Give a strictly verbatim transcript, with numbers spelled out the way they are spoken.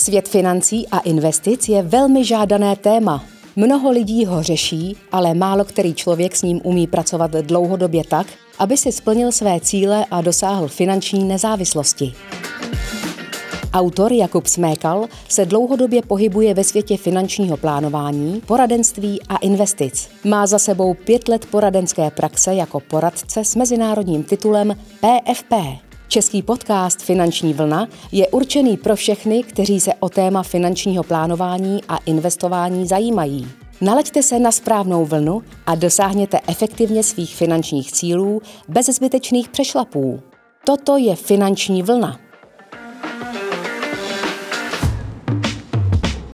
Svět financí a investic je velmi žádané téma. Mnoho lidí ho řeší, ale málo který člověk s ním umí pracovat dlouhodobě tak, aby si splnil své cíle a dosáhl finanční nezávislosti. Autor Jakub Smekal se dlouhodobě pohybuje ve světě finančního plánování, poradenství a investic. Má za sebou pět let poradenské praxe jako poradce s mezinárodním titulem P F P. Český podcast Finanční vlna je určený pro všechny, kteří se o téma finančního plánování a investování zajímají. Nalaďte se na správnou vlnu a dosáhněte efektivně svých finančních cílů bez zbytečných přešlapů. Toto je Finanční vlna.